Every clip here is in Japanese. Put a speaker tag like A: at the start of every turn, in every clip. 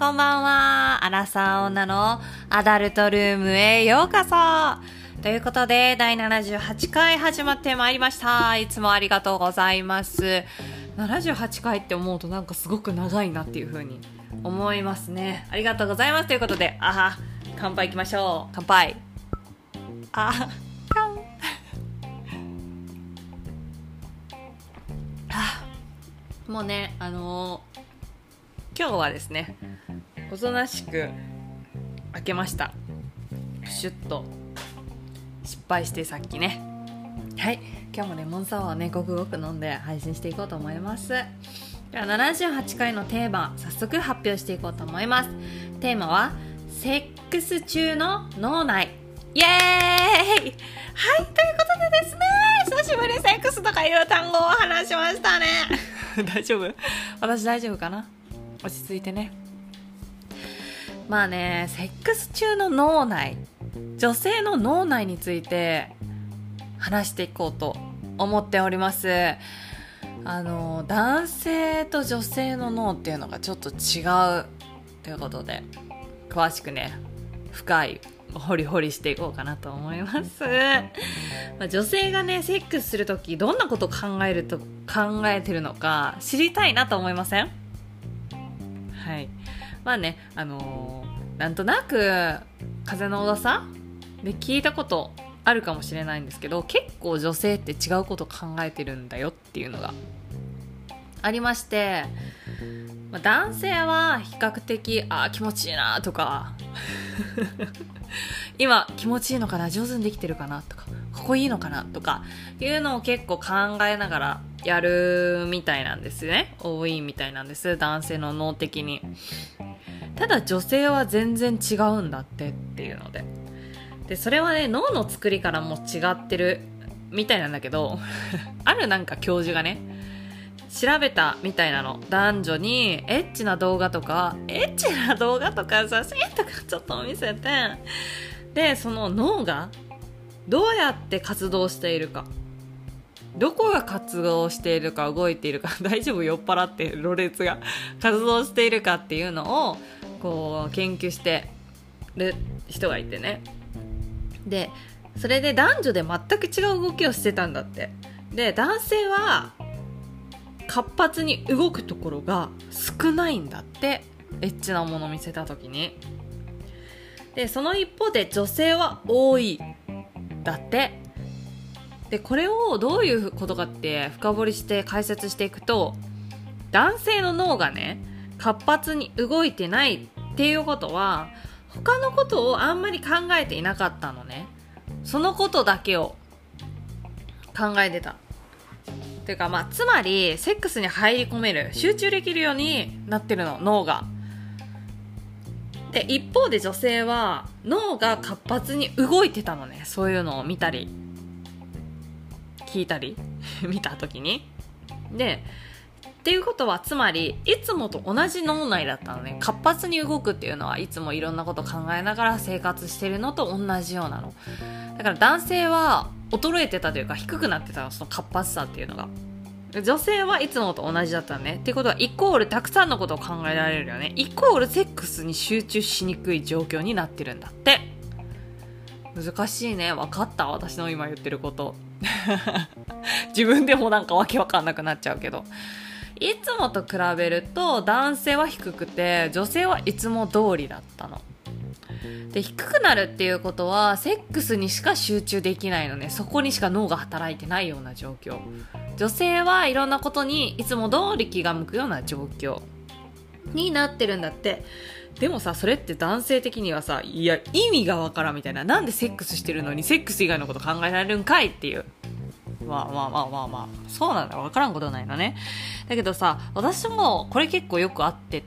A: こんばんは。アラサー女のアダルトルームへようこそ。ということで、第78回始まってまいりました。いつもありがとうございます。78回って思うとなんかすごく長いなっていう風に思いますね。ありがとうございます。ということで、乾杯いきましょう。乾杯。もうね、今日はですね、おとなしく開けました。プシュッと失敗してさっきね。はい、今日もレモンサワーをね、ごくごく飲んで配信していこうと思います。では78回のテーマ、早速発表していこうと思います。テーマは、セックス中の脳内。イエーイ。はい、ということでですね、久しぶりにセックスとかいう単語を話しましたね。大丈夫？私大丈夫かな？落ち着いてね。まあね、セックス中の脳内、女性の脳内について話していこうと思っております。男性と女性の脳っていうのがちょっと違うということで、詳しくね、深いホリホリしていこうかなと思います。女性がね、セックスするときどんなことを考えてるのか知りたいなと思いません？はい。まあね、なんとなく風の噂で聞いたことあるかもしれないんですけど、結構女性って違うことを考えてるんだよっていうのがありまして、男性は比較的気持ちいいなとか今気持ちいいのかな、上手にできてるかなとか、ここいいのかなとかいうのを結構考えながらやるみたいなんですね。多いみたいなんです、男性の脳的に。ただ女性は全然違うんだっていうので、それはね、脳の作りからも違ってるみたいなんだけどあるなんか教授がね、調べたみたいなの。男女にエッチな動画とか写真とかちょっと見せて、でその脳がどうやって活動しているか、どこが活動しているか、動いているか大丈夫？酔っ払ってろれつが活動しているかっていうのをこう研究してる人がいてね。でそれで男女で全く違う動きをしてたんだって。で男性は活発に動くところが少ないんだって、エッチなものを見せた時に。でその一方で女性は多いだって。でこれをどういうことかって深掘りして解説していくと、男性の脳がね、活発に動いてないっていうことは、他のことをあんまり考えていなかったのね。そのことだけを考えてたっていうか、つまりセックスに入り込める、集中できるようになってるの、脳が。で一方で女性は脳が活発に動いてたのね。そういうのを見たり聞いたり見た時に。でっていうことは、つまりいつもと同じ脳内だったのね。活発に動くっていうのはいつもいろんなこと考えながら生活してるのと同じようなのだから、男性は衰えてたというか低くなってたの、その活発さっていうのが。女性はいつもと同じだったのね。っていうことはイコールたくさんのことを考えられるよね。イコールセックスに集中しにくい状況になってるんだって。難しいね。分かった？私の今言ってること自分でもなんかわけわかんなくなっちゃうけど、いつもと比べると男性は低くて女性はいつも通りだったので、低くなるっていうことはセックスにしか集中できないのね。そこにしか脳が働いてないような状況。女性はいろんなことにいつも通り気が向くような状況になってるんだって。でもさ、それって男性的にはさ、いや意味がわからんみたいな。なんでセックスしてるのにセックス以外のこと考えられるんかいっていう。そうなんだ、わからんことないのね。だけどさ、私もこれ結構よく合って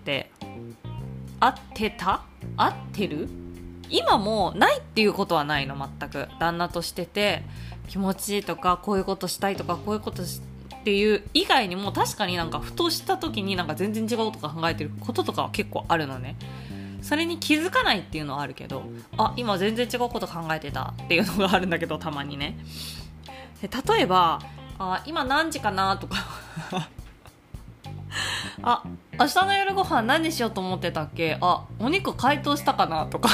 A: る？今もないっていうことはないの、全く。旦那としてて気持ちいいとか、こういうことしたいとか、こういうことっていう以外にも、確かになんかふとした時になんか全然違うこと考えてることとかは結構あるのね。それに気づかないっていうのはあるけど、今全然違うこと考えてたっていうのがあるんだけど、たまにね。例えば今何時かなとかあ、明日の夜ご飯何しようと思ってたっけ、あ、お肉解凍したかなとか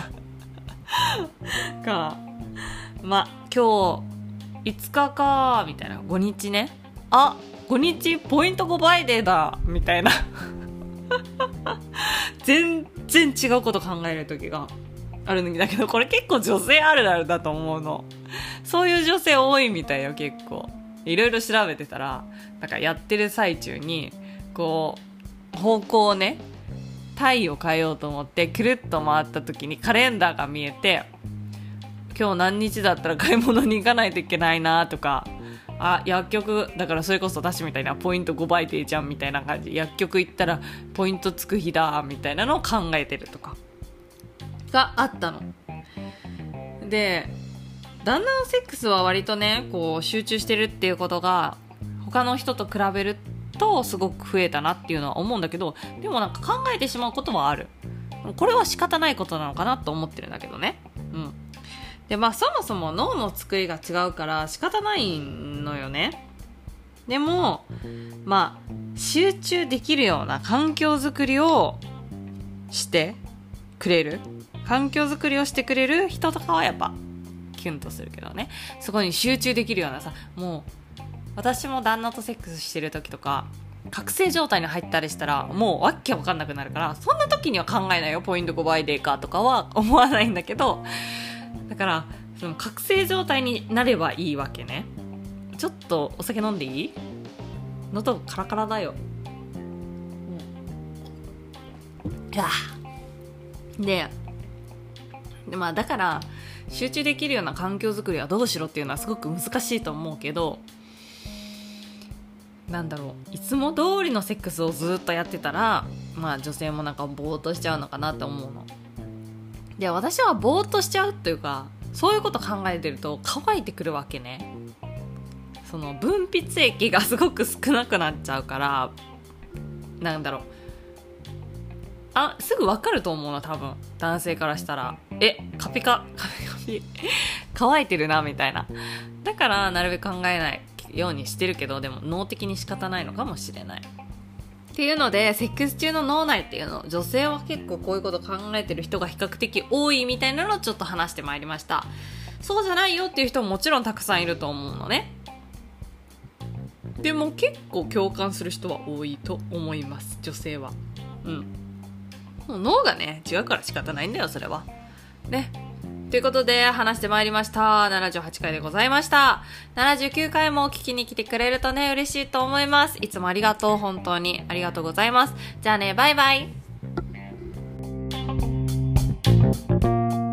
A: か、ま、今日5日かみたいな、5日ね、あ、5日ポイント5倍デーだみたいな全然違うこと考える時があるんだけど、これ結構女性あるあるだと思うの。そういう女性多いみたいよ。結構いろいろ調べてたら、なんかやってる最中にこう方向をね、体を変えようと思ってくるっと回った時にカレンダーが見えて、今日何日だったら買い物に行かないといけないなとか、あ、薬局だからそれこそ私みたいなポイント5倍でじゃんみたいな感じ、薬局行ったらポイントつく日だみたいなのを考えてるとかがあったので、旦那のセックスは割とね、こう集中してるっていうことが他の人と比べるとすごく増えたなっていうのは思うんだけど、でもなんか考えてしまうことはある。これは仕方ないことなのかなと思ってるんだけどね。で、まあそもそも脳の作りが違うから仕方ないのよね。でもまあ集中できるような環境づくりをしてくれる、環境づくりをしてくれる人とかはやっぱキュンとするけどね。そこに集中できるようなさ、もう私も旦那とセックスしてる時とか覚醒状態に入ったりしたらもうわけわかんなくなるから、そんな時には考えないよ。ポイント5倍デーかとかは思わないんだけど、だからその覚醒状態になればいいわけね。ちょっとお酒飲んでいい？喉カラカラだよ。でまあだから集中できるような環境づくりはどうしろっていうのはすごく難しいと思うけど、なんだろう、いつも通りのセックスをずっとやってたら、まあ女性もなんかぼーっとしちゃうのかなって思うので、私はぼーっとしちゃうっていうか、そういうこと考えてると乾いてくるわけね。その分泌液がすごく少なくなっちゃうから、なんだろう、あ、すぐ分かると思うの、多分男性からしたら、カピ乾いてるなみたいな。だからなるべく考えないようにしてるけど、でも脳的に仕方ないのかもしれないっていうので、セックス中の脳内っていうの、女性は結構こういうこと考えてる人が比較的多いみたいなのをちょっと話してまいりました。そうじゃないよっていう人ももちろんたくさんいると思うのね。でも結構共感する人は多いと思います、女性は。もう脳がね違うから仕方ないんだよ、それはね。ということで話してまいりました。78回でございました。79回も聞きに来てくれるとね嬉しいと思います。いつもありがとう、本当にありがとうございます。じゃあね、バイバイ。